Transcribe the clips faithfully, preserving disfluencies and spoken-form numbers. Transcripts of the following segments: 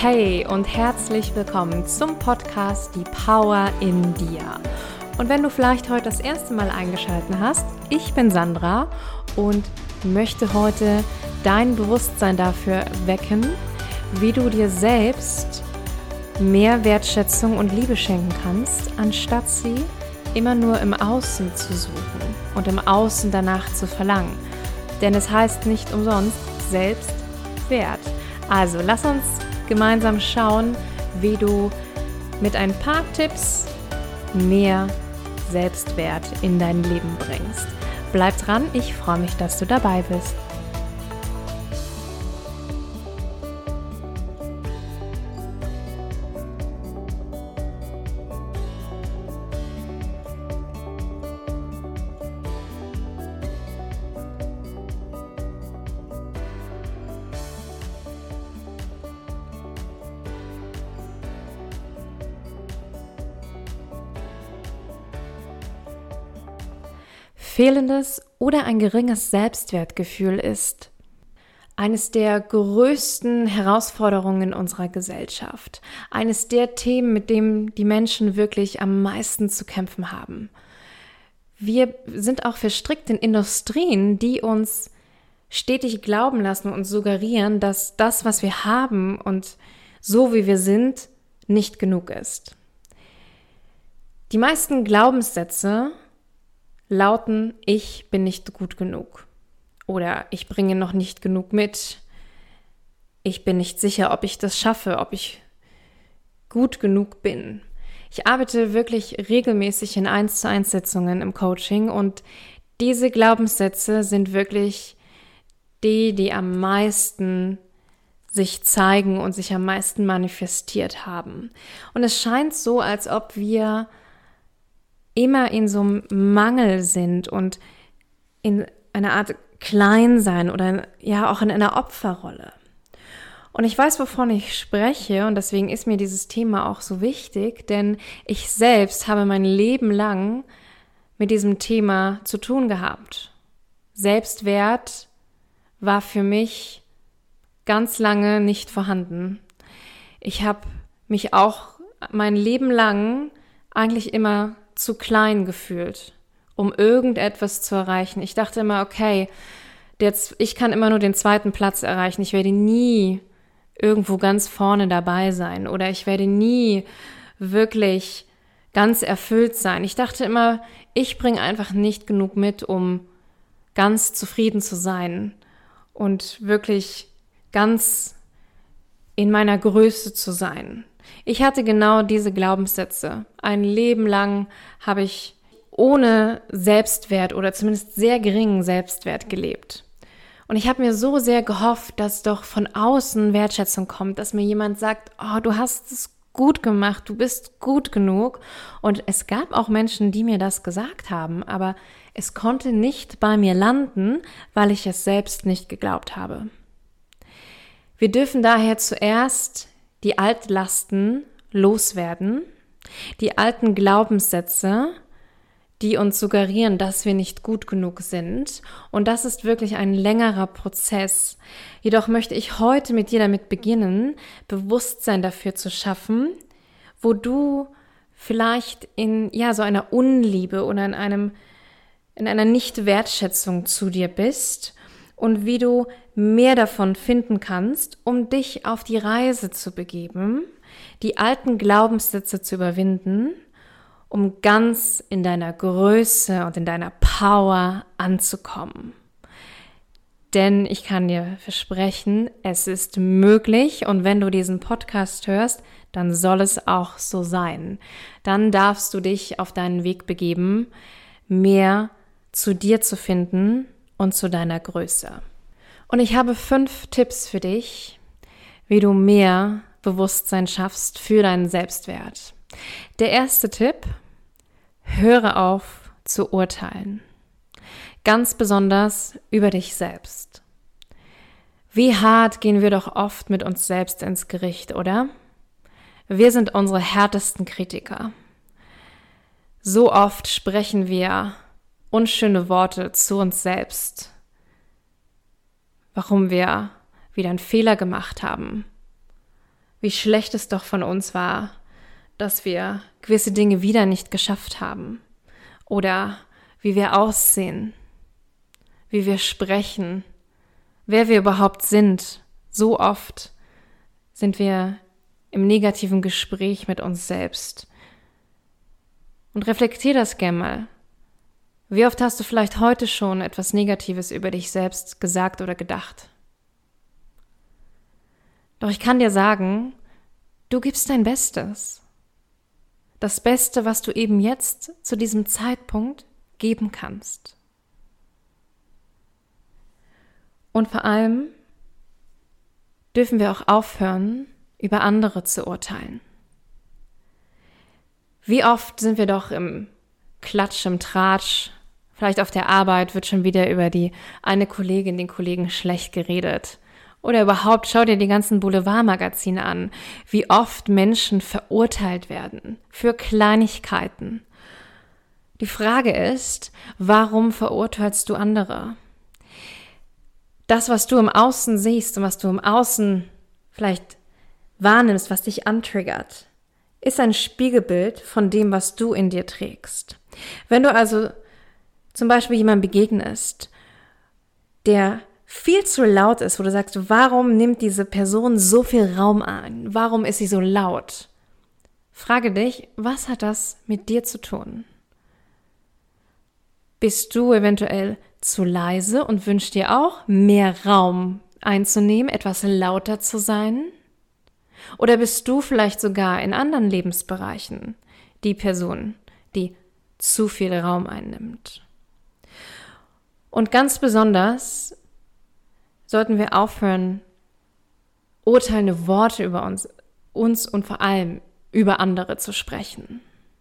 Hey und herzlich willkommen zum Podcast Die Power in dir. Und wenn du vielleicht heute das erste Mal eingeschaltet hast, ich bin Sandra und möchte heute dein Bewusstsein dafür wecken, wie du dir selbst mehr Wertschätzung und Liebe schenken kannst, anstatt sie immer nur im Außen zu suchen und im Außen danach zu verlangen. Denn es heißt nicht umsonst Selbstwert. Also lass uns gemeinsam schauen, wie du mit ein paar Tipps mehr Selbstwert in dein Leben bringst. Bleib dran, ich freue mich, dass du dabei bist. Fehlendes oder ein geringes Selbstwertgefühl ist eines der größten Herausforderungen unserer Gesellschaft. Eines der Themen, mit dem die Menschen wirklich am meisten zu kämpfen haben. Wir sind auch verstrickt in Industrien, die uns stetig glauben lassen und suggerieren, dass das, was wir haben und so wie wir sind, nicht genug ist. Die meisten Glaubenssätze lauten, ich bin nicht gut genug oder ich bringe noch nicht genug mit, ich bin nicht sicher, ob ich das schaffe, ob ich gut genug bin. Ich arbeite wirklich regelmäßig in eins zu eins Sitzungen im Coaching und diese Glaubenssätze sind wirklich die, die am meisten sich zeigen und sich am meisten manifestiert haben. Und es scheint so, als ob wir immer in so einem Mangel sind und in einer Art Kleinsein oder ja auch in einer Opferrolle. Und ich weiß, wovon ich spreche und deswegen ist mir dieses Thema auch so wichtig, denn ich selbst habe mein Leben lang mit diesem Thema zu tun gehabt. Selbstwert war für mich ganz lange nicht vorhanden. Ich habe mich auch mein Leben lang eigentlich immer zu klein gefühlt, um irgendetwas zu erreichen. Ich dachte immer, okay, jetzt, ich kann immer nur den zweiten Platz erreichen. Ich werde nie irgendwo ganz vorne dabei sein oder ich werde nie wirklich ganz erfüllt sein. Ich dachte immer, ich bringe einfach nicht genug mit, um ganz zufrieden zu sein und wirklich ganz in meiner Größe zu sein. Ich hatte genau diese Glaubenssätze. Ein Leben lang habe ich ohne Selbstwert oder zumindest sehr geringen Selbstwert gelebt. Und ich habe mir so sehr gehofft, dass doch von außen Wertschätzung kommt, dass mir jemand sagt, oh, du hast es gut gemacht, du bist gut genug. Und es gab auch Menschen, die mir das gesagt haben, aber es konnte nicht bei mir landen, weil ich es selbst nicht geglaubt habe. Wir dürfen daher zuerst die Altlasten loswerden, die alten Glaubenssätze, die uns suggerieren, dass wir nicht gut genug sind. Und das ist wirklich ein längerer Prozess. Jedoch möchte ich heute mit dir damit beginnen, Bewusstsein dafür zu schaffen, wo du vielleicht in ja so einer Unliebe oder in einem in einer Nicht-Wertschätzung zu dir bist und wie du mehr davon finden kannst, um dich auf die Reise zu begeben, die alten Glaubenssätze zu überwinden, um ganz in deiner Größe und in deiner Power anzukommen. Denn ich kann dir versprechen, es ist möglich und wenn du diesen Podcast hörst, dann soll es auch so sein. Dann darfst du dich auf deinen Weg begeben, mehr zu dir zu finden und zu deiner Größe. Und ich habe fünf Tipps für dich, wie du mehr Bewusstsein schaffst für deinen Selbstwert. Der erste Tipp: Höre auf zu urteilen. Ganz besonders über dich selbst. Wie hart gehen wir doch oft mit uns selbst ins Gericht, oder? Wir sind unsere härtesten Kritiker. So oft sprechen wir unschöne Worte zu uns selbst. Warum wir wieder einen Fehler gemacht haben. wie schlecht es doch von uns war, dass wir gewisse Dinge wieder nicht geschafft haben. Oder wie wir aussehen, wie wir sprechen, wer wir überhaupt sind. So oft sind wir im negativen Gespräch mit uns selbst. Und reflektier das gerne mal. Wie oft hast du vielleicht heute schon etwas Negatives über dich selbst gesagt oder gedacht? Doch ich kann dir sagen, du gibst dein Bestes. Das Beste, was du eben jetzt zu diesem Zeitpunkt geben kannst. Und vor allem dürfen wir auch aufhören, über andere zu urteilen. Wie oft sind wir doch im Klatsch, im Tratsch, vielleicht auf der Arbeit wird schon wieder über die eine Kollegin, den Kollegen schlecht geredet. Oder überhaupt, schau dir die ganzen Boulevardmagazine an, wie oft Menschen verurteilt werden für Kleinigkeiten. Die Frage ist, warum verurteilst du andere? Das, was du im Außen siehst und was du im Außen vielleicht wahrnimmst, was dich antriggert, ist ein Spiegelbild von dem, was du in dir trägst. Wenn du also zum Beispiel jemandem begegnest, der viel zu laut ist, wo du sagst, warum nimmt diese Person so viel Raum ein? Warum ist sie so laut? Frage dich, was hat das mit dir zu tun? Bist du eventuell zu leise und wünschst dir auch mehr Raum einzunehmen, etwas lauter zu sein? Oder bist du vielleicht sogar in anderen Lebensbereichen die Person, die zu viel Raum einnimmt? Und ganz besonders sollten wir aufhören, urteilende Worte über uns, uns und vor allem über andere zu sprechen.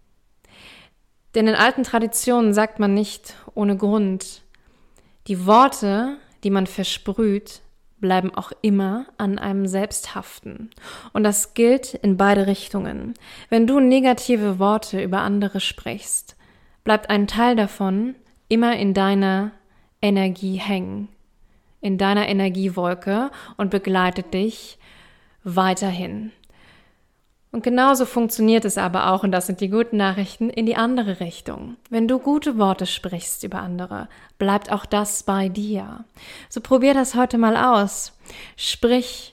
Denn in alten Traditionen sagt man nicht ohne Grund, die Worte, die man versprüht, bleiben auch immer an einem selbst haften. Und das gilt in beide Richtungen. Wenn du negative Worte über andere sprichst, bleibt ein Teil davon immer in deiner Energie hängen, in deiner Energiewolke und begleitet dich weiterhin. Und genauso funktioniert es aber auch, und das sind die guten Nachrichten, in die andere Richtung. Wenn du gute Worte sprichst über andere, bleibt auch das bei dir. So probier das heute mal aus. Sprich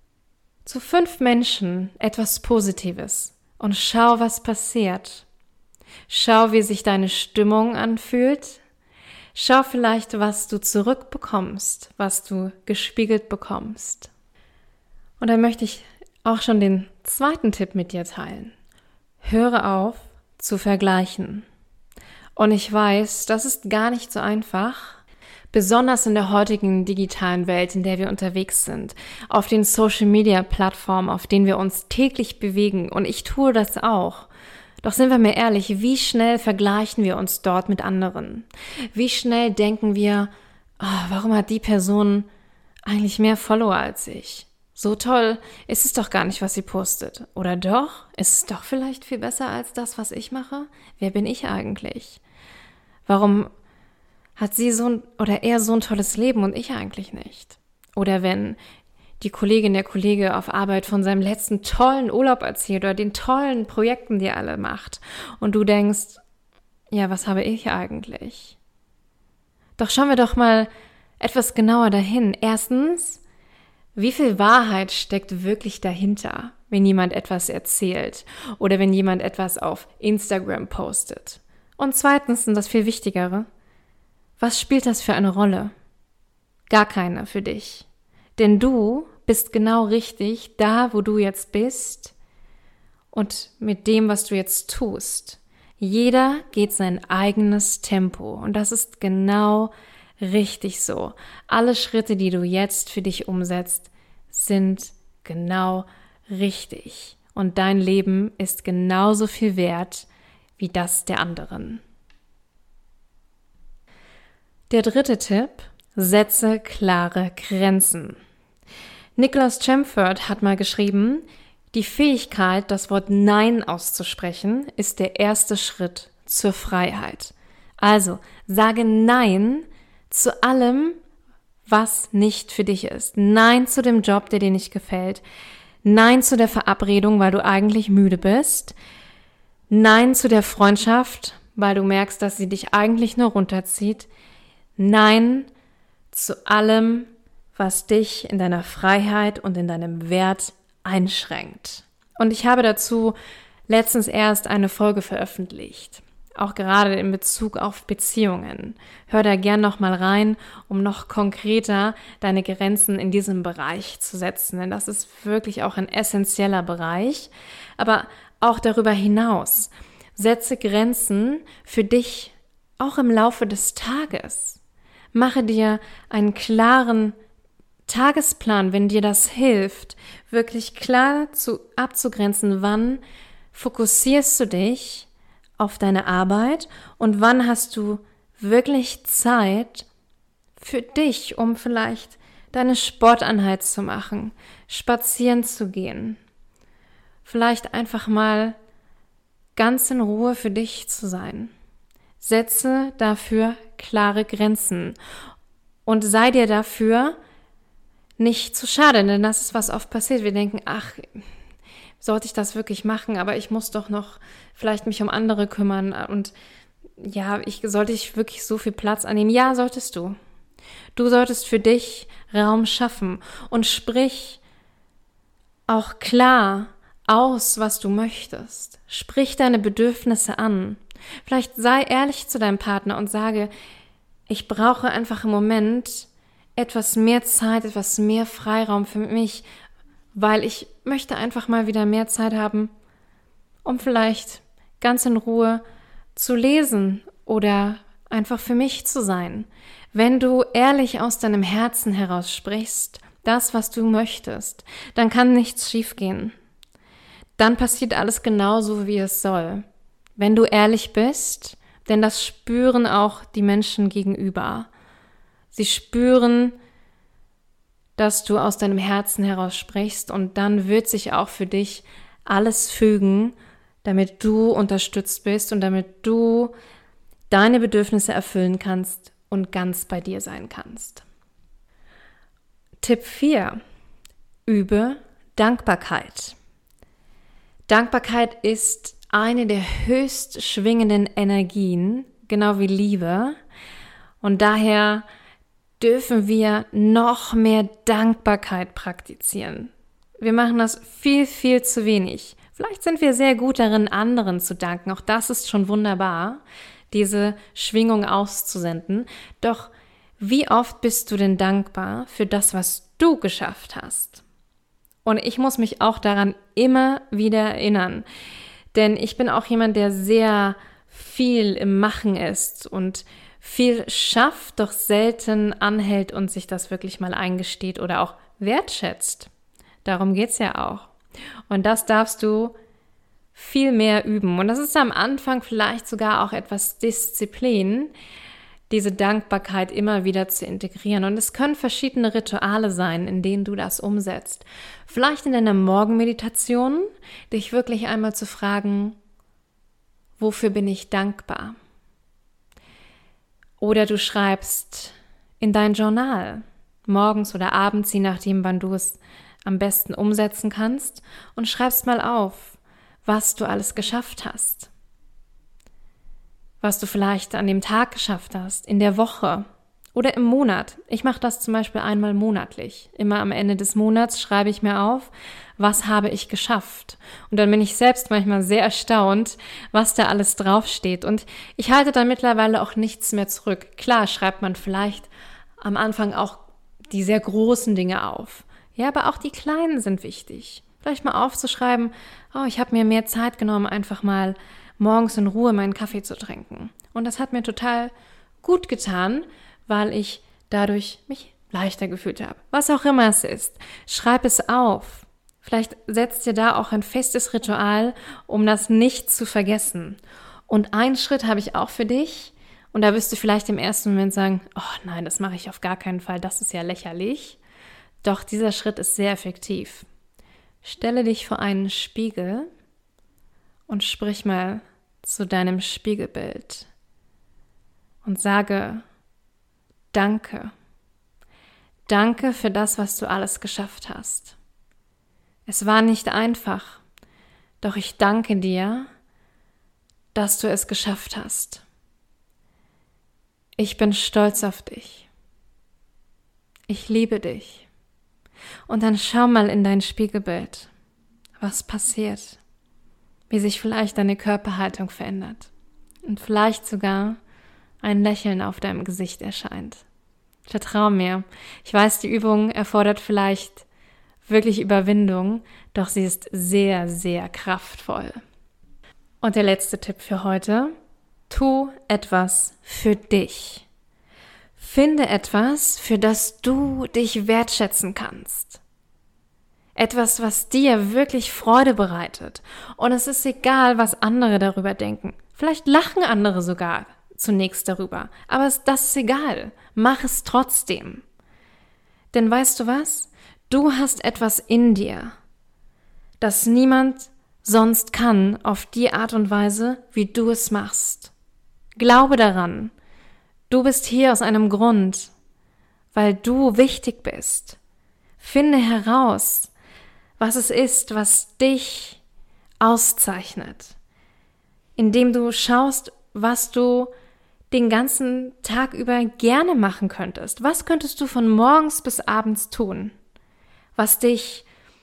zu fünf Menschen etwas Positives und schau, was passiert. Schau, wie sich deine Stimmung anfühlt. Schau vielleicht, was du zurückbekommst, was du gespiegelt bekommst. Und dann möchte ich auch schon den zweiten Tipp mit dir teilen. Höre auf zu vergleichen. Und ich weiß, das ist gar nicht so einfach, besonders in der heutigen digitalen Welt, in der wir unterwegs sind, auf den Social-Media-Plattformen, auf denen wir uns täglich bewegen. Und ich tue das auch. Doch sind wir mir ehrlich, wie schnell vergleichen wir uns dort mit anderen? Wie schnell denken wir, oh, warum hat die Person eigentlich mehr Follower als ich? So toll ist es doch gar nicht, was sie postet. Oder doch? Ist es doch vielleicht viel besser als das, was ich mache? Wer bin ich eigentlich? Warum hat sie so ein, oder er so ein tolles Leben und ich eigentlich nicht? Oder wenn die Kollegin, der Kollege auf Arbeit von seinem letzten tollen Urlaub erzählt oder den tollen Projekten, die er alle macht. Und du denkst, ja, was habe ich eigentlich? Doch schauen wir doch mal etwas genauer dahin. Erstens, wie viel Wahrheit steckt wirklich dahinter, wenn jemand etwas erzählt oder wenn jemand etwas auf Instagram postet? Und zweitens, und das viel Wichtigere, was spielt das für eine Rolle? Gar keine für dich. Denn du bist genau richtig da, wo du jetzt bist und mit dem, was du jetzt tust. Jeder geht sein eigenes Tempo und das ist genau richtig so. Alle Schritte, die du jetzt für dich umsetzt, sind genau richtig. Und dein Leben ist genauso viel wert wie das der anderen. Der dritte Tipp: Setze klare Grenzen. Nicholas Chamfort hat mal geschrieben, die Fähigkeit, das Wort Nein auszusprechen, ist der erste Schritt zur Freiheit. Also, sage Nein zu allem, was nicht für dich ist. Nein zu dem Job, der dir nicht gefällt. Nein zu der Verabredung, weil du eigentlich müde bist. Nein zu der Freundschaft, weil du merkst, dass sie dich eigentlich nur runterzieht. Nein zu allem, was dich in deiner Freiheit und in deinem Wert einschränkt. Und ich habe dazu letztens erst eine Folge veröffentlicht, auch gerade in Bezug auf Beziehungen. Hör da gern noch mal rein, um noch konkreter deine Grenzen in diesem Bereich zu setzen, denn das ist wirklich auch ein essentieller Bereich. Aber auch darüber hinaus, setze Grenzen für dich auch im Laufe des Tages. Mache dir einen klaren Tagesplan, wenn dir das hilft, wirklich klar zu, abzugrenzen, wann fokussierst du dich auf deine Arbeit und wann hast du wirklich Zeit für dich, um vielleicht deine Sporteinheit zu machen, spazieren zu gehen, vielleicht einfach mal ganz in Ruhe für dich zu sein. Setze dafür klare Grenzen und sei dir dafür nicht zu schade, denn das ist, was oft passiert. Wir denken, ach, sollte ich das wirklich machen, aber ich muss doch noch vielleicht mich um andere kümmern und ja, ich sollte ich wirklich so viel Platz annehmen. Ja, solltest du. Du solltest für dich Raum schaffen und sprich auch klar aus, was du möchtest. Sprich deine Bedürfnisse an. Vielleicht sei ehrlich zu deinem Partner und sage, ich brauche einfach im Moment etwas mehr Zeit, etwas mehr Freiraum für mich, weil ich möchte einfach mal wieder mehr Zeit haben, um vielleicht ganz in Ruhe zu lesen oder einfach für mich zu sein. Wenn du ehrlich aus deinem Herzen heraus sprichst, das, was du möchtest, dann kann nichts schiefgehen. Dann passiert alles genauso, wie es soll. Wenn du ehrlich bist, denn das spüren auch die Menschen gegenüber. Sie spüren, dass du aus deinem Herzen heraus sprichst und dann wird sich auch für dich alles fügen, damit du unterstützt bist und damit du deine Bedürfnisse erfüllen kannst und ganz bei dir sein kannst. Tipp vier. Übe Dankbarkeit. Dankbarkeit ist eine der höchst schwingenden Energien, genau wie Liebe. Und daher dürfen wir noch mehr Dankbarkeit praktizieren. Wir machen das viel, viel zu wenig. Vielleicht sind wir sehr gut darin, anderen zu danken. Auch das ist schon wunderbar, diese Schwingung auszusenden. Doch wie oft bist du denn dankbar für das, was du geschafft hast? Und ich muss mich auch daran immer wieder erinnern. Denn ich bin auch jemand, der sehr viel im Machen ist und viel schafft, doch selten anhält und sich das wirklich mal eingesteht oder auch wertschätzt. Darum geht's ja auch. Und das darfst du viel mehr üben. Und das ist am Anfang vielleicht sogar auch etwas Disziplin, diese Dankbarkeit immer wieder zu integrieren. Und es können verschiedene Rituale sein, in denen du das umsetzt. Vielleicht in deiner Morgenmeditation, dich wirklich einmal zu fragen, wofür bin ich dankbar? Oder du schreibst in dein Journal, morgens oder abends, je nachdem, wann du es am besten umsetzen kannst, und schreibst mal auf, was du alles geschafft hast. Was du vielleicht an dem Tag geschafft hast, in der Woche oder im Monat. Ich mache das zum Beispiel einmal monatlich. Immer am Ende des Monats schreibe ich mir auf, was habe ich geschafft. Und dann bin ich selbst manchmal sehr erstaunt, was da alles draufsteht. Und ich halte dann mittlerweile auch nichts mehr zurück. Klar schreibt man vielleicht am Anfang auch die sehr großen Dinge auf. Ja, aber auch die kleinen sind wichtig. Vielleicht mal aufzuschreiben, oh, ich habe mir mehr Zeit genommen, einfach mal morgens in Ruhe meinen Kaffee zu trinken. Und das hat mir total gut getan, weil ich dadurch mich leichter gefühlt habe. Was auch immer es ist, schreib es auf. Vielleicht setzt dir da auch ein festes Ritual, um das nicht zu vergessen. Und einen Schritt habe ich auch für dich. Und da wirst du vielleicht im ersten Moment sagen, oh nein, das mache ich auf gar keinen Fall, das ist ja lächerlich. Doch dieser Schritt ist sehr effektiv. Stelle dich vor einen Spiegel und sprich mal zu deinem Spiegelbild und sage Danke. Danke für das, was du alles geschafft hast. Es war nicht einfach, doch ich danke dir, dass du es geschafft hast. Ich bin stolz auf dich. Ich liebe dich. Und dann schau mal in dein Spiegelbild, was passiert, wie sich vielleicht deine Körperhaltung verändert und vielleicht sogar ein Lächeln auf deinem Gesicht erscheint. Vertrau mir, ich weiß, die Übung erfordert vielleicht wirklich Überwindung, doch sie ist sehr, sehr kraftvoll. Und der letzte Tipp für heute: Tu etwas für dich. Finde etwas, für das du dich wertschätzen kannst. Etwas, was dir wirklich Freude bereitet. Und es ist egal, was andere darüber denken. Vielleicht lachen andere sogar zunächst darüber. Aber das ist egal. Mach es trotzdem. Denn weißt du was? Du hast etwas in dir, das niemand sonst kann auf die Art und Weise, wie du es machst. Glaube daran. Du bist hier aus einem Grund, weil du wichtig bist. Finde heraus, was es ist, was dich auszeichnet, indem du schaust, was du den ganzen Tag über gerne machen könntest. Was könntest du von morgens bis abends tun, was dich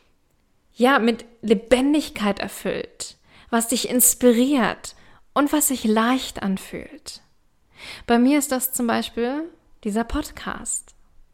ja mit Lebendigkeit erfüllt, was dich inspiriert und was sich leicht anfühlt. Bei mir ist das zum Beispiel dieser Podcast.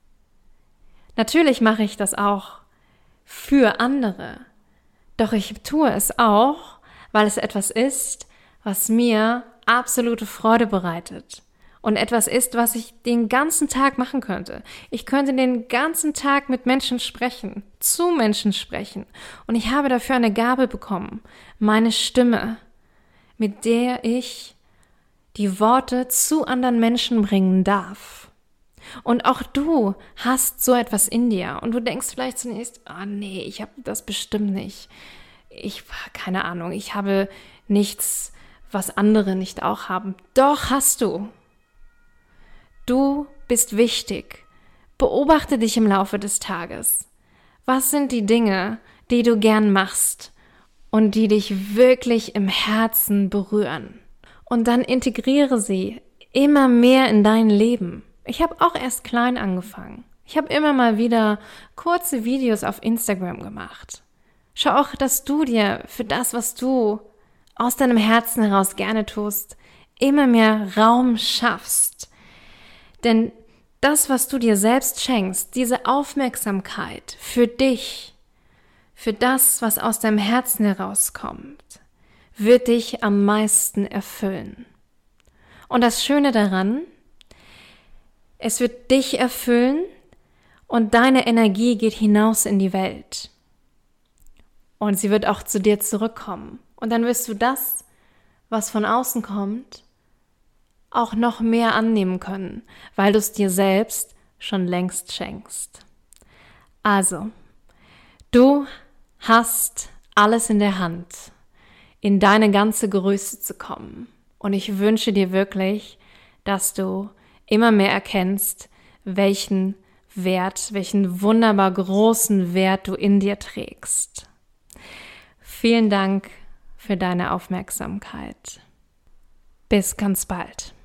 Natürlich mache ich das auch für andere, doch ich tue es auch, weil es etwas ist, was mir absolute Freude bereitet und etwas ist, was ich den ganzen Tag machen könnte. Ich könnte den ganzen Tag mit Menschen sprechen, zu Menschen sprechen, und ich habe dafür eine Gabe bekommen, meine Stimme, mit der ich die Worte zu anderen Menschen bringen darf. Und auch du hast so etwas in dir und du denkst vielleicht zunächst, ah nee, ich habe das bestimmt nicht. Ich, keine Ahnung, ich habe nichts, was andere nicht auch haben. Doch hast du. Du bist wichtig. Beobachte dich im Laufe des Tages. Was sind die Dinge, die du gern machst und die dich wirklich im Herzen berühren? Und dann integriere sie immer mehr in dein Leben. Ich habe auch erst klein angefangen. Ich habe immer mal wieder kurze Videos auf Instagram gemacht. Schau auch, dass du dir für das, was du aus deinem Herzen heraus gerne tust, immer mehr Raum schaffst. Denn das, was du dir selbst schenkst, diese Aufmerksamkeit für dich, für das, was aus deinem Herzen herauskommt, wird dich am meisten erfüllen. Und das Schöne daran, es wird dich erfüllen und deine Energie geht hinaus in die Welt. Und sie wird auch zu dir zurückkommen. Und dann wirst du das, was von außen kommt, auch noch mehr annehmen können, weil du es dir selbst schon längst schenkst. Also, du hast alles in der Hand, in deine ganze Größe zu kommen. Und ich wünsche dir wirklich, dass du immer mehr erkennst, welchen Wert, welchen wunderbar großen Wert du in dir trägst. Vielen Dank für deine Aufmerksamkeit. Bis ganz bald.